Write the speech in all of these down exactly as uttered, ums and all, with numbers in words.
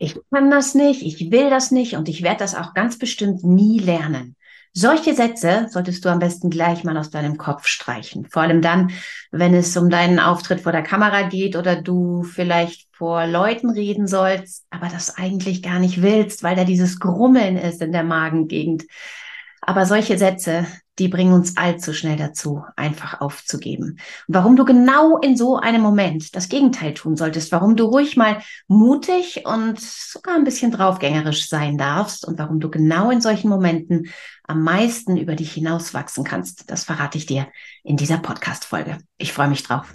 ich kann das nicht, ich will das nicht und ich werde das auch ganz bestimmt nie lernen. Solche Sätze solltest du am besten gleich mal aus deinem Kopf streichen. Vor allem dann, wenn es um deinen Auftritt vor der Kamera geht oder du vielleicht vor Leuten reden sollst, aber das eigentlich gar nicht willst, weil da dieses Grummeln ist in der Magengegend. Aber solche Sätze, die bringen uns allzu schnell dazu, einfach aufzugeben. Und warum du genau in so einem Moment das Gegenteil tun solltest, warum du ruhig mal mutig und sogar ein bisschen draufgängerisch sein darfst und warum du genau in solchen Momenten am meisten über dich hinauswachsen kannst, das verrate ich dir in dieser Podcast-Folge. Ich freue mich drauf.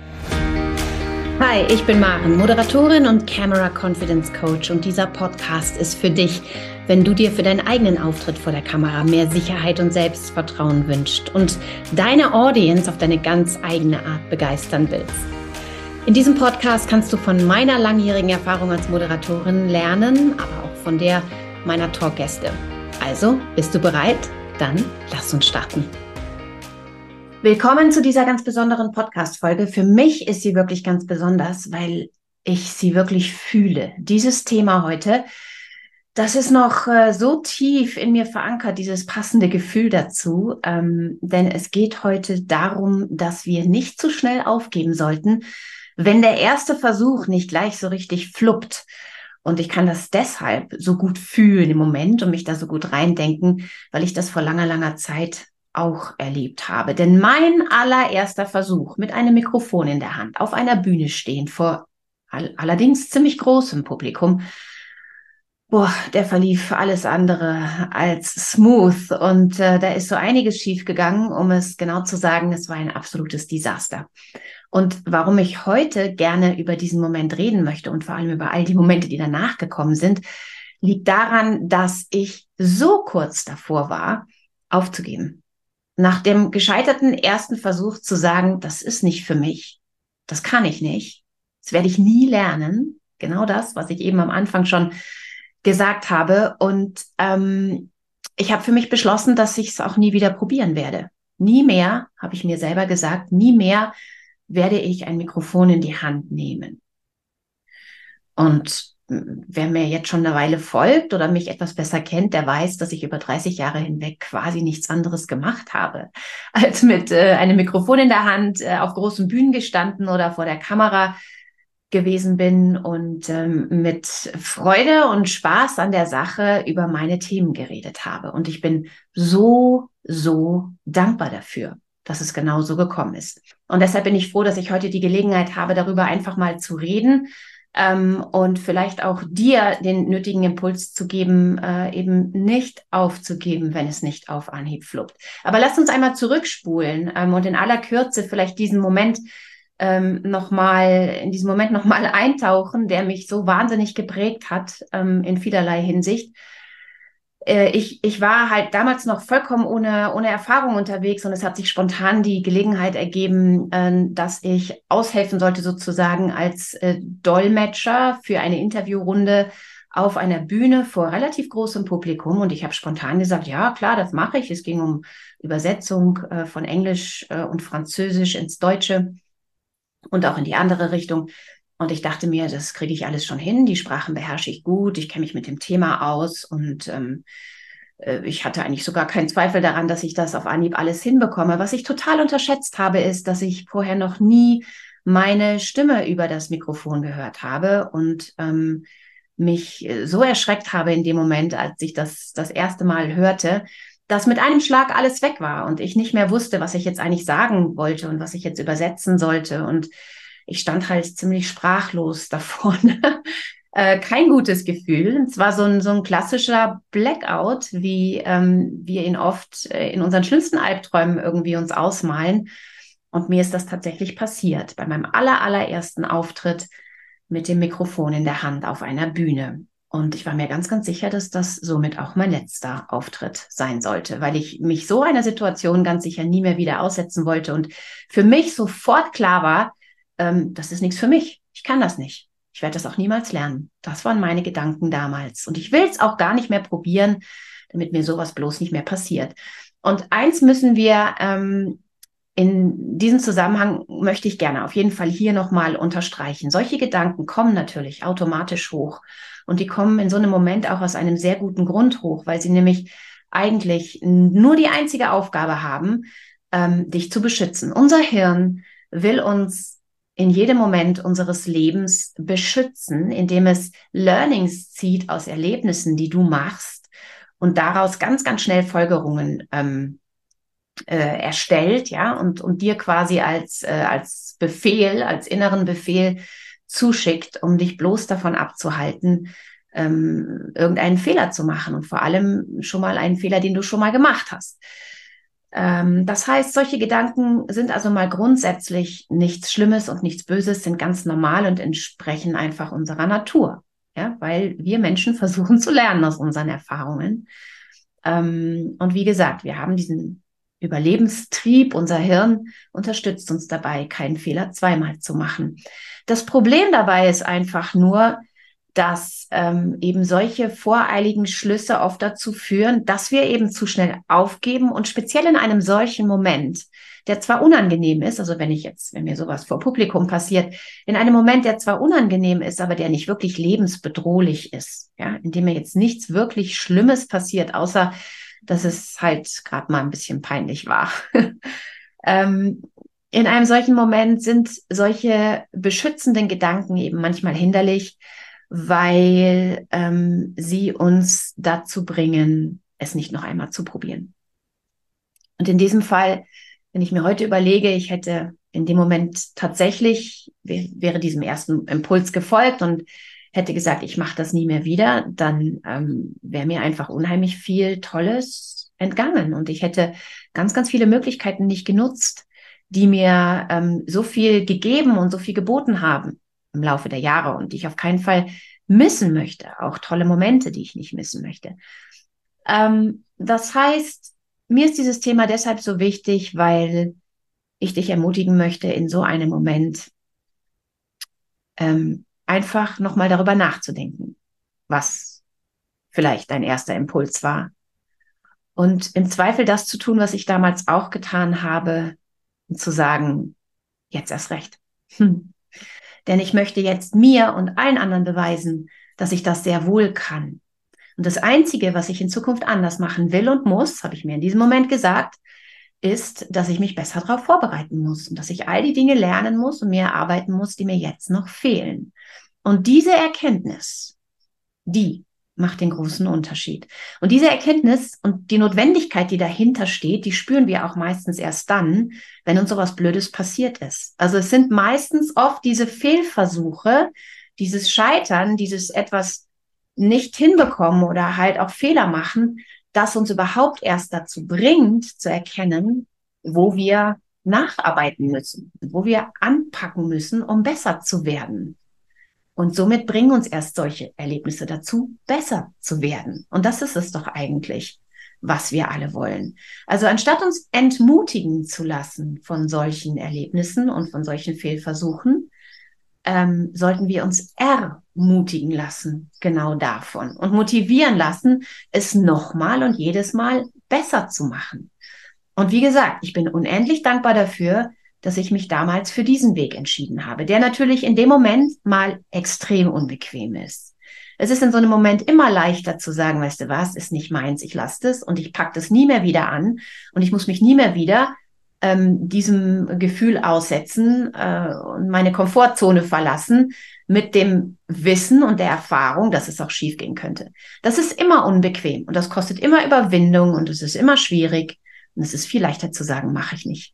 Hi, ich bin Maren, Moderatorin und Camera Confidence Coach und dieser Podcast ist für dich, wenn du dir für deinen eigenen Auftritt vor der Kamera mehr Sicherheit und Selbstvertrauen wünschst und deine Audience auf deine ganz eigene Art begeistern willst. In diesem Podcast kannst du von meiner langjährigen Erfahrung als Moderatorin lernen, aber auch von der meiner Talkgäste. Also, bist du bereit? Dann lass uns starten. Willkommen zu dieser ganz besonderen Podcast-Folge. Für mich ist sie wirklich ganz besonders, weil ich sie wirklich fühle. Dieses Thema heute, das ist noch äh, so tief in mir verankert, dieses passende Gefühl dazu. Ähm, denn es geht heute darum, dass wir nicht zu schnell aufgeben sollten, wenn der erste Versuch nicht gleich so richtig fluppt. Und ich kann das deshalb so gut fühlen im Moment und mich da so gut reindenken, weil ich das vor langer, langer Zeit auch erlebt habe. Denn mein allererster Versuch mit einem Mikrofon in der Hand auf einer Bühne stehen vor all- allerdings ziemlich großem Publikum, boah, der verlief alles andere als smooth und äh, da ist so einiges schiefgegangen, um es genau zu sagen, es war ein absolutes Desaster. Und warum ich heute gerne über diesen Moment reden möchte und vor allem über all die Momente, die danach gekommen sind, liegt daran, dass ich so kurz davor war, aufzugeben. Nach dem gescheiterten ersten Versuch zu sagen, das ist nicht für mich, das kann ich nicht, das werde ich nie lernen. Genau das, was ich eben am Anfang schon gesagt habe. Und ähm, ich habe für mich beschlossen, dass ich es auch nie wieder probieren werde. Nie mehr, habe ich mir selber gesagt, nie mehr werde ich ein Mikrofon in die Hand nehmen. Und wer mir jetzt schon eine Weile folgt oder mich etwas besser kennt, der weiß, dass ich über dreißig Jahre hinweg quasi nichts anderes gemacht habe, als mit äh, einem Mikrofon in der Hand äh, auf großen Bühnen gestanden oder vor der Kamera gewesen bin und ähm, mit Freude und Spaß an der Sache über meine Themen geredet habe. Und ich bin so, so dankbar dafür, dass es genau so gekommen ist. Und deshalb bin ich froh, dass ich heute die Gelegenheit habe, darüber einfach mal zu reden, ähm, und vielleicht auch dir den nötigen Impuls zu geben, äh, eben nicht aufzugeben, wenn es nicht auf Anhieb fluppt. Aber lasst uns einmal zurückspulen ähm, und in aller Kürze vielleicht diesen Moment ähm, noch mal, in diesen Moment nochmal eintauchen, der mich so wahnsinnig geprägt hat ähm, in vielerlei Hinsicht. Ich, ich war halt damals noch vollkommen ohne, ohne Erfahrung unterwegs und es hat sich spontan die Gelegenheit ergeben, äh, dass ich aushelfen sollte sozusagen als äh, Dolmetscher für eine Interviewrunde auf einer Bühne vor relativ großem Publikum. Und ich habe spontan gesagt, ja klar, das mache ich. Es ging um Übersetzung äh, von Englisch äh, und Französisch ins Deutsche und auch in die andere Richtung. Und ich dachte mir, das kriege ich alles schon hin. Die Sprachen beherrsche ich gut. Ich kenne mich mit dem Thema aus. Und ähm, äh, ich hatte eigentlich sogar keinen Zweifel daran, dass ich das auf Anhieb alles hinbekomme. Was ich total unterschätzt habe, ist, dass ich vorher noch nie meine Stimme über das Mikrofon gehört habe und ähm, mich so erschreckt habe in dem Moment, als ich das das erste Mal hörte, dass mit einem Schlag alles weg war und ich nicht mehr wusste, was ich jetzt eigentlich sagen wollte und was ich jetzt übersetzen sollte. Und ich stand halt ziemlich sprachlos da vorne. äh, kein gutes Gefühl. Es war so ein, so ein klassischer Blackout, wie ähm, wir ihn oft äh, in unseren schlimmsten Albträumen irgendwie uns ausmalen. Und mir ist das tatsächlich passiert bei meinem aller, allerersten Auftritt mit dem Mikrofon in der Hand auf einer Bühne. Und ich war mir ganz, ganz sicher, dass das somit auch mein letzter Auftritt sein sollte, weil ich mich so einer Situation ganz sicher nie mehr wieder aussetzen wollte und für mich sofort klar war, ähm, das ist nichts für mich. Ich kann das nicht. Ich werde das auch niemals lernen. Das waren meine Gedanken damals. Und ich will es auch gar nicht mehr probieren, damit mir sowas bloß nicht mehr passiert. Und eins müssen wir ähm, in diesem Zusammenhang möchte ich gerne auf jeden Fall hier nochmal unterstreichen. Solche Gedanken kommen natürlich automatisch hoch und die kommen in so einem Moment auch aus einem sehr guten Grund hoch, weil sie nämlich eigentlich nur die einzige Aufgabe haben, ähm, dich zu beschützen. Unser Hirn will uns in jedem Moment unseres Lebens beschützen, indem es Learnings zieht aus Erlebnissen, die du machst und daraus ganz, ganz schnell Folgerungen ähm, äh, erstellt, ja, und, und dir quasi als, äh, als Befehl, als inneren Befehl zuschickt, um dich bloß davon abzuhalten, ähm, irgendeinen Fehler zu machen und vor allem schon mal einen Fehler, den du schon mal gemacht hast. Ähm, das heißt, solche Gedanken sind also mal grundsätzlich nichts Schlimmes und nichts Böses, sind ganz normal und entsprechen einfach unserer Natur, ja, weil wir Menschen versuchen zu lernen aus unseren Erfahrungen. Ähm, und wie gesagt, wir haben diesen Überlebenstrieb, unser Hirn unterstützt uns dabei, keinen Fehler zweimal zu machen. Das Problem dabei ist einfach nur, dass ähm, eben solche voreiligen Schlüsse oft dazu führen, dass wir eben zu schnell aufgeben und speziell in einem solchen Moment, der zwar unangenehm ist, also wenn ich jetzt, wenn mir sowas vor Publikum passiert, in einem Moment, der zwar unangenehm ist, aber der nicht wirklich lebensbedrohlich ist, ja, in dem mir jetzt nichts wirklich Schlimmes passiert, außer dass es halt gerade mal ein bisschen peinlich war. ähm, in einem solchen Moment sind solche beschützenden Gedanken eben manchmal hinderlich, weil ähm, sie uns dazu bringen, es nicht noch einmal zu probieren. Und in diesem Fall, wenn ich mir heute überlege, ich hätte in dem Moment tatsächlich, wäre diesem ersten Impuls gefolgt und hätte gesagt, ich mache das nie mehr wieder, dann ähm, wäre mir einfach unheimlich viel Tolles entgangen. Und ich hätte ganz, ganz viele Möglichkeiten nicht genutzt, die mir ähm, so viel gegeben und so viel geboten haben im Laufe der Jahre und die ich auf keinen Fall missen möchte. Auch tolle Momente, die ich nicht missen möchte. Ähm, das heißt, mir ist dieses Thema deshalb so wichtig, weil ich dich ermutigen möchte, in so einem Moment ähm, einfach nochmal darüber nachzudenken, was vielleicht dein erster Impuls war. Und im Zweifel das zu tun, was ich damals auch getan habe, und zu sagen, jetzt erst recht. Hm. Denn ich möchte jetzt mir und allen anderen beweisen, dass ich das sehr wohl kann. Und das Einzige, was ich in Zukunft anders machen will und muss, habe ich mir in diesem Moment gesagt, ist, dass ich mich besser darauf vorbereiten muss und dass ich all die Dinge lernen muss und mir erarbeiten muss, die mir jetzt noch fehlen. Und diese Erkenntnis, die macht den großen Unterschied. Und diese Erkenntnis und die Notwendigkeit, die dahinter steht, die spüren wir auch meistens erst dann, wenn uns sowas Blödes passiert ist. Also es sind meistens oft diese Fehlversuche, dieses Scheitern, dieses etwas nicht hinbekommen oder halt auch Fehler machen, das uns überhaupt erst dazu bringt, zu erkennen, wo wir nacharbeiten müssen, wo wir anpacken müssen, um besser zu werden. Und somit bringen uns erst solche Erlebnisse dazu, besser zu werden. Und das ist es doch eigentlich, was wir alle wollen. Also anstatt uns entmutigen zu lassen von solchen Erlebnissen und von solchen Fehlversuchen, ähm, sollten wir uns ermutigen lassen, genau davon. Und motivieren lassen, es nochmal und jedes Mal besser zu machen. Und wie gesagt, ich bin unendlich dankbar dafür, dass ich mich damals für diesen Weg entschieden habe, der natürlich in dem Moment mal extrem unbequem ist. Es ist in so einem Moment immer leichter zu sagen, weißt du was, ist nicht meins, ich lasse das und ich packe das nie mehr wieder an und ich muss mich nie mehr wieder ähm, diesem Gefühl aussetzen äh, und meine Komfortzone verlassen mit dem Wissen und der Erfahrung, dass es auch schief gehen könnte. Das ist immer unbequem und das kostet immer Überwindung und es ist immer schwierig und es ist viel leichter zu sagen, mache ich nicht.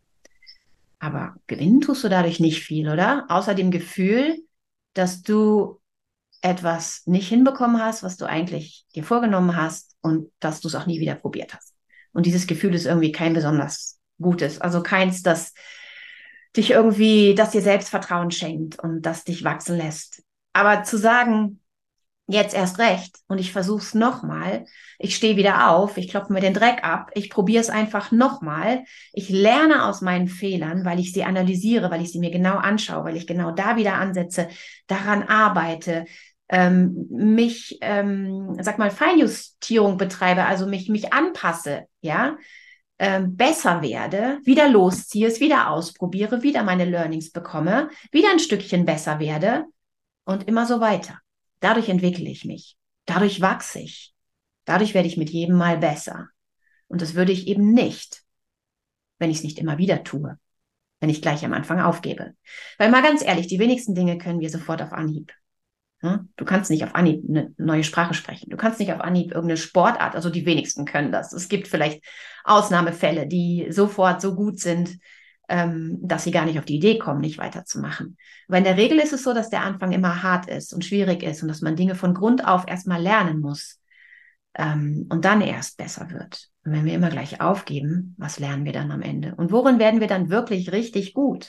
Aber gewinnen tust du dadurch nicht viel, oder? Außer dem Gefühl, dass du etwas nicht hinbekommen hast, was du eigentlich dir vorgenommen hast und dass du es auch nie wieder probiert hast. Und dieses Gefühl ist irgendwie kein besonders gutes, also keins, das dich irgendwie, das dir Selbstvertrauen schenkt und das dich wachsen lässt. Aber zu sagen, jetzt erst recht und ich versuche es nochmal. Ich stehe wieder auf, ich klopfe mir den Dreck ab, ich probiere es einfach nochmal. Ich lerne aus meinen Fehlern, weil ich sie analysiere, weil ich sie mir genau anschaue, weil ich genau da wieder ansetze, daran arbeite, ähm, mich, ähm, sag mal, Feinjustierung betreibe, also mich, mich anpasse, ja. ähm, besser werde, wieder losziehe, es wieder ausprobiere, wieder meine Learnings bekomme, wieder ein Stückchen besser werde und immer so weiter. Dadurch entwickle ich mich. Dadurch wachse ich. Dadurch werde ich mit jedem Mal besser. Und das würde ich eben nicht, wenn ich es nicht immer wieder tue, wenn ich gleich am Anfang aufgebe. Weil mal ganz ehrlich, die wenigsten Dinge können wir sofort auf Anhieb. Du kannst nicht auf Anhieb eine neue Sprache sprechen. Du kannst nicht auf Anhieb irgendeine Sportart, also die wenigsten können das. Es gibt vielleicht Ausnahmefälle, die sofort so gut sind, ähm, dass sie gar nicht auf die Idee kommen, nicht weiterzumachen. Aber in der Regel ist es so, dass der Anfang immer hart ist und schwierig ist und dass man Dinge von Grund auf erstmal lernen muss, ähm, und dann erst besser wird. Und wenn wir immer gleich aufgeben, was lernen wir dann am Ende? Und worin werden wir dann wirklich richtig gut?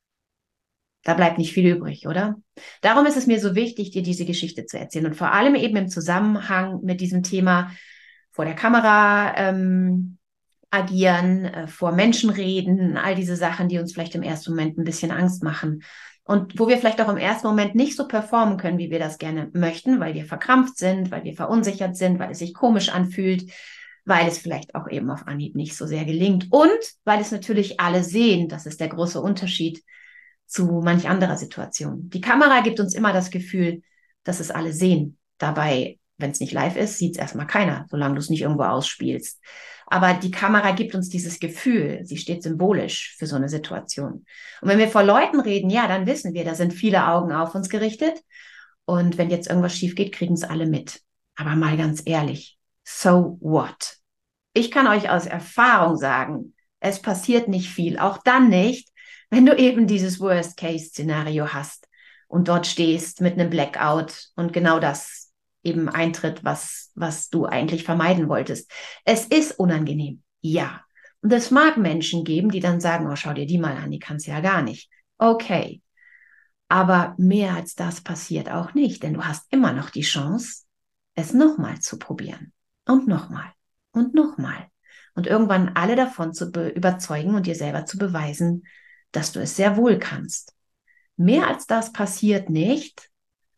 Da bleibt nicht viel übrig, oder? Darum ist es mir so wichtig, dir diese Geschichte zu erzählen und vor allem eben im Zusammenhang mit diesem Thema vor der Kamera ähm, agieren, äh, vor Menschen reden, all diese Sachen, die uns vielleicht im ersten Moment ein bisschen Angst machen und wo wir vielleicht auch im ersten Moment nicht so performen können, wie wir das gerne möchten, weil wir verkrampft sind, weil wir verunsichert sind, weil es sich komisch anfühlt, weil es vielleicht auch eben auf Anhieb nicht so sehr gelingt und weil es natürlich alle sehen, das ist der große Unterschied zu manch anderer Situation. Die Kamera gibt uns immer das Gefühl, dass es alle sehen. Dabei, wenn es nicht live ist, sieht es erstmal keiner, solange du es nicht irgendwo ausspielst. Aber die Kamera gibt uns dieses Gefühl, sie steht symbolisch für so eine Situation. Und wenn wir vor Leuten reden, ja, dann wissen wir, da sind viele Augen auf uns gerichtet. Und wenn jetzt irgendwas schief geht, kriegen es alle mit. Aber mal ganz ehrlich, so what? Ich kann euch aus Erfahrung sagen, es passiert nicht viel, auch dann nicht, wenn du eben dieses Worst-Case-Szenario hast und dort stehst mit einem Blackout und genau das eben eintritt, was, was du eigentlich vermeiden wolltest. Es ist unangenehm, ja. Und es mag Menschen geben, die dann sagen, oh, schau dir die mal an, die kann es ja gar nicht. Okay, aber mehr als das passiert auch nicht, denn du hast immer noch die Chance, es nochmal zu probieren und nochmal und nochmal und irgendwann alle davon zu überzeugen und dir selber zu beweisen, dass du es sehr wohl kannst. Mehr als das passiert nicht.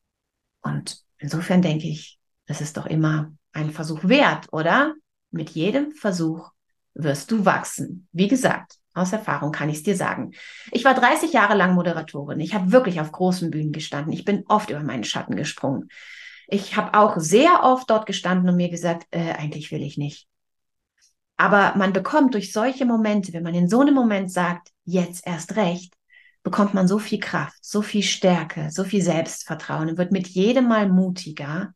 Und insofern denke ich, das ist doch immer ein Versuch wert, oder? Mit jedem Versuch wirst du wachsen. Wie gesagt, aus Erfahrung kann ich es dir sagen. Ich war dreißig Jahre lang Moderatorin. Ich habe wirklich auf großen Bühnen gestanden. Ich bin oft über meinen Schatten gesprungen. Ich habe auch sehr oft dort gestanden und mir gesagt, äh, eigentlich will ich nicht. Aber man bekommt durch solche Momente, wenn man in so einem Moment sagt, jetzt erst recht, bekommt man so viel Kraft, so viel Stärke, so viel Selbstvertrauen und wird mit jedem Mal mutiger,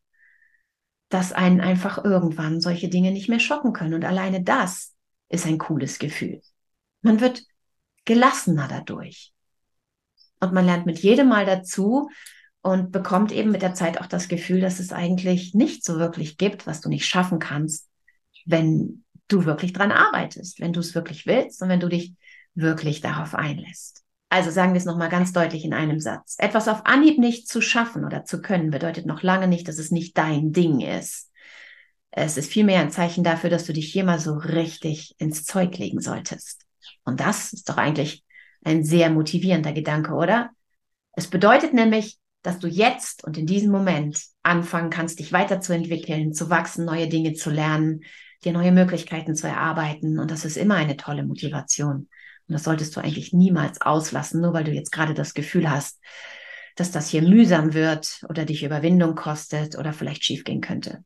dass einen einfach irgendwann solche Dinge nicht mehr schocken können. Und alleine das ist ein cooles Gefühl. Man wird gelassener dadurch. Und man lernt mit jedem Mal dazu und bekommt eben mit der Zeit auch das Gefühl, dass es eigentlich nicht so wirklich gibt, was du nicht schaffen kannst, wenn du wirklich dran arbeitest, wenn du es wirklich willst und wenn du dich wirklich darauf einlässt. Also sagen wir es nochmal ganz deutlich in einem Satz. Etwas auf Anhieb nicht zu schaffen oder zu können, bedeutet noch lange nicht, dass es nicht dein Ding ist. Es ist vielmehr ein Zeichen dafür, dass du dich hier mal so richtig ins Zeug legen solltest. Und das ist doch eigentlich ein sehr motivierender Gedanke, oder? Es bedeutet nämlich, dass du jetzt und in diesem Moment anfangen kannst, dich weiterzuentwickeln, zu wachsen, neue Dinge zu lernen, dir neue Möglichkeiten zu erarbeiten. Und das ist immer eine tolle Motivation. Und das solltest du eigentlich niemals auslassen, nur weil du jetzt gerade das Gefühl hast, dass das hier mühsam wird oder dich Überwindung kostet oder vielleicht schiefgehen könnte.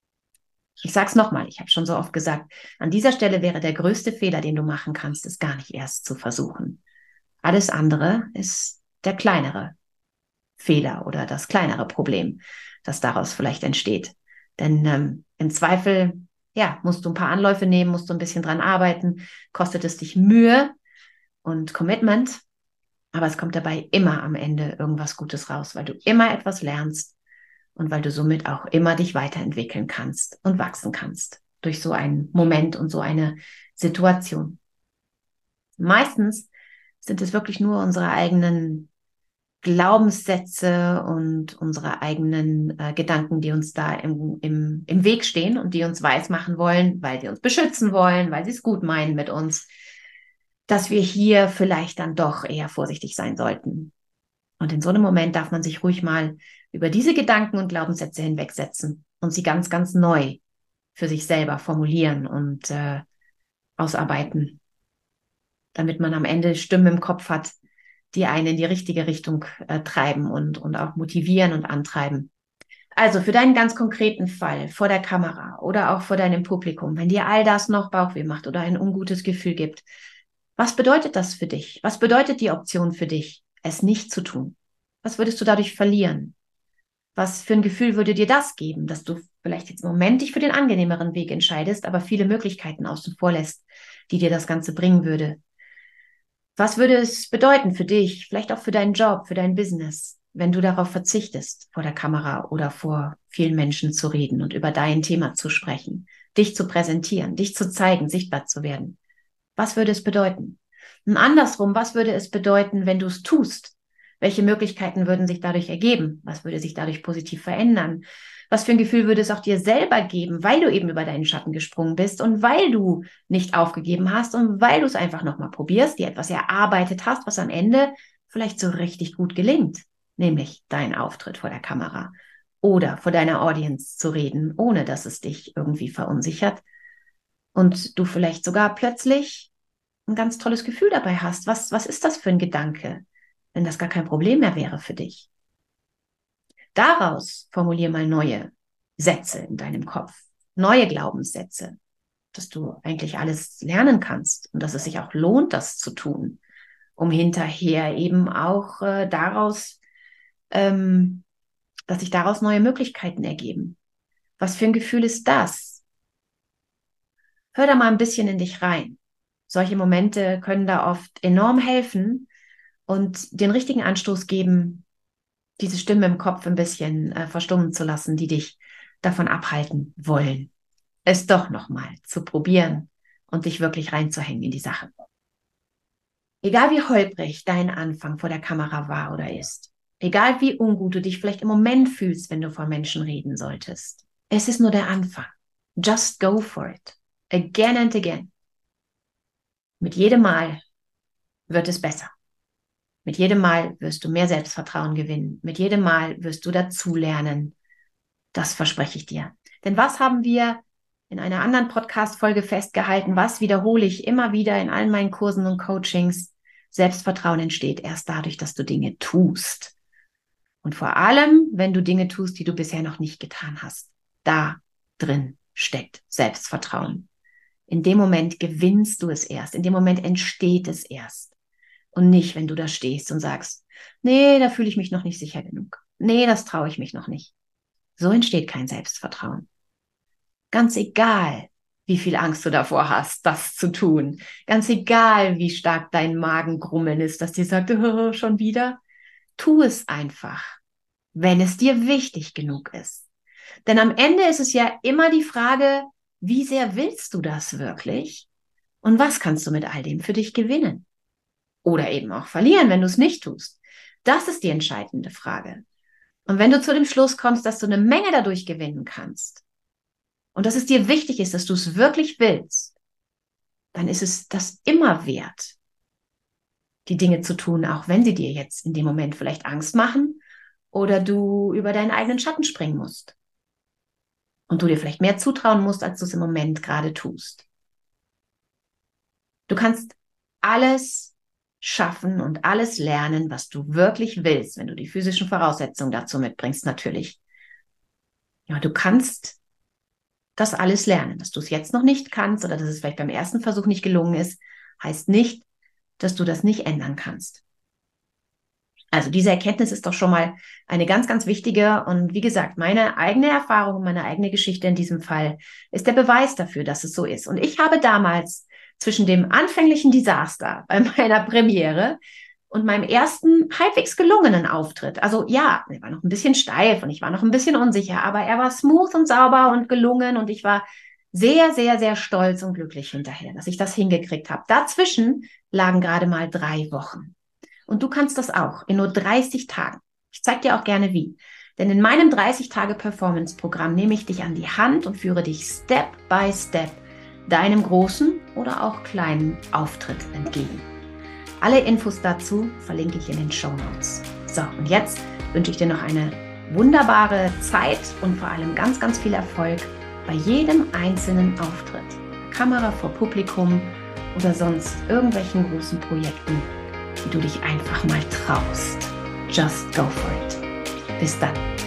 Ich sage es nochmal, ich habe schon so oft gesagt, an dieser Stelle wäre der größte Fehler, den du machen kannst, es gar nicht erst zu versuchen. Alles andere ist der kleinere Fehler oder das kleinere Problem, das daraus vielleicht entsteht. Denn ähm, im Zweifel, ja, musst du ein paar Anläufe nehmen, musst du ein bisschen dran arbeiten, kostet es dich Mühe und Commitment, aber es kommt dabei immer am Ende irgendwas Gutes raus, weil du immer etwas lernst und weil du somit auch immer dich weiterentwickeln kannst und wachsen kannst durch so einen Moment und so eine Situation. Meistens sind es wirklich nur unsere eigenen Glaubenssätze und unsere eigenen äh, Gedanken, die uns da im, im, im Weg stehen und die uns weismachen wollen, weil sie uns beschützen wollen, weil sie es gut meinen mit uns, dass wir hier vielleicht dann doch eher vorsichtig sein sollten. Und in so einem Moment darf man sich ruhig mal über diese Gedanken und Glaubenssätze hinwegsetzen und sie ganz, ganz neu für sich selber formulieren und äh, ausarbeiten, damit man am Ende Stimmen im Kopf hat, die einen in die richtige Richtung äh, treiben und, und auch motivieren und antreiben. Also für deinen ganz konkreten Fall vor der Kamera oder auch vor deinem Publikum, wenn dir all das noch Bauchweh macht oder ein ungutes Gefühl gibt, was bedeutet das für dich? Was bedeutet die Option für dich, es nicht zu tun? Was würdest du dadurch verlieren? Was für ein Gefühl würde dir das geben, dass du vielleicht jetzt im Moment dich für den angenehmeren Weg entscheidest, aber viele Möglichkeiten außen vor lässt, die dir das Ganze bringen würde? Was würde es bedeuten für dich, vielleicht auch für deinen Job, für dein Business, wenn du darauf verzichtest, vor der Kamera oder vor vielen Menschen zu reden und über dein Thema zu sprechen, dich zu präsentieren, dich zu zeigen, sichtbar zu werden? Was würde es bedeuten? Und andersrum, was würde es bedeuten, wenn du es tust? Welche Möglichkeiten würden sich dadurch ergeben? Was würde sich dadurch positiv verändern? Was für ein Gefühl würde es auch dir selber geben, weil du eben über deinen Schatten gesprungen bist und weil du nicht aufgegeben hast und weil du es einfach nochmal probierst, dir etwas erarbeitet hast, was am Ende vielleicht so richtig gut gelingt, nämlich dein Auftritt vor der Kamera oder vor deiner Audience zu reden, ohne dass es dich irgendwie verunsichert und du vielleicht sogar plötzlich ein ganz tolles Gefühl dabei hast. Was, was ist das für ein Gedanke, wenn das gar kein Problem mehr wäre für dich? Daraus formulier mal neue Sätze in deinem Kopf, neue Glaubenssätze, dass du eigentlich alles lernen kannst und dass es sich auch lohnt, das zu tun, um hinterher eben auch äh, daraus, ähm, dass sich daraus neue Möglichkeiten ergeben. Was für ein Gefühl ist das? Hör da mal ein bisschen in dich rein. Solche Momente können da oft enorm helfen und den richtigen Anstoß geben, diese Stimme im Kopf ein bisschen äh, verstummen zu lassen, die dich davon abhalten wollen, es doch nochmal zu probieren und dich wirklich reinzuhängen in die Sache. Egal wie holprig dein Anfang vor der Kamera war oder ist, egal wie ungut du dich vielleicht im Moment fühlst, wenn du vor Menschen reden solltest, es ist nur der Anfang. Just go for it. Again and again. Mit jedem Mal wird es besser. Mit jedem Mal wirst du mehr Selbstvertrauen gewinnen. Mit jedem Mal wirst du dazulernen. Das verspreche ich dir. Denn was haben wir in einer anderen Podcast-Folge festgehalten? Was wiederhole ich immer wieder in allen meinen Kursen und Coachings? Selbstvertrauen entsteht erst dadurch, dass du Dinge tust. Und vor allem, wenn du Dinge tust, die du bisher noch nicht getan hast. Da drin steckt Selbstvertrauen. In dem Moment gewinnst du es erst. In dem Moment entsteht es erst. Und nicht, wenn du da stehst und sagst, nee, da fühle ich mich noch nicht sicher genug. Nee, das traue ich mich noch nicht. So entsteht kein Selbstvertrauen. Ganz egal, wie viel Angst du davor hast, das zu tun. Ganz egal, wie stark dein Magengrummeln ist, dass dir sagt, oh, schon wieder. Tu es einfach, wenn es dir wichtig genug ist. Denn am Ende ist es ja immer die Frage, wie sehr willst du das wirklich? Und was kannst du mit all dem für dich gewinnen? Oder eben auch verlieren, wenn du es nicht tust. Das ist die entscheidende Frage. Und wenn du zu dem Schluss kommst, dass du eine Menge dadurch gewinnen kannst und dass es dir wichtig ist, dass du es wirklich willst, dann ist es das immer wert, die Dinge zu tun, auch wenn sie dir jetzt in dem Moment vielleicht Angst machen oder du über deinen eigenen Schatten springen musst und du dir vielleicht mehr zutrauen musst, als du es im Moment gerade tust. Du kannst alles schaffen und alles lernen, was du wirklich willst, wenn du die physischen Voraussetzungen dazu mitbringst, natürlich. Ja, du kannst das alles lernen. Dass du es jetzt noch nicht kannst oder dass es vielleicht beim ersten Versuch nicht gelungen ist, heißt nicht, dass du das nicht ändern kannst. Also diese Erkenntnis ist doch schon mal eine ganz, ganz wichtige und wie gesagt, meine eigene Erfahrung, meine eigene Geschichte in diesem Fall ist der Beweis dafür, dass es so ist. Und ich habe damals zwischen dem anfänglichen Desaster bei meiner Premiere und meinem ersten halbwegs gelungenen Auftritt, also ja, er war noch ein bisschen steif und ich war noch ein bisschen unsicher, aber er war smooth und sauber und gelungen und ich war sehr, sehr, sehr stolz und glücklich hinterher, dass ich das hingekriegt habe. Dazwischen lagen gerade mal drei Wochen. Und du kannst das auch in nur dreißig Tagen. Ich zeige dir auch gerne wie. Denn in meinem dreißig-Tage-Performance-Programm nehme ich dich an die Hand und führe dich Step by Step deinem großen oder auch kleinen Auftritt entgegen. Alle Infos dazu verlinke ich in den Shownotes. So, und jetzt wünsche ich dir noch eine wunderbare Zeit und vor allem ganz, ganz viel Erfolg bei jedem einzelnen Auftritt. Kamera vor Publikum oder sonst irgendwelchen großen Projekten, die du dich einfach mal traust. Just go for it. Bis dann.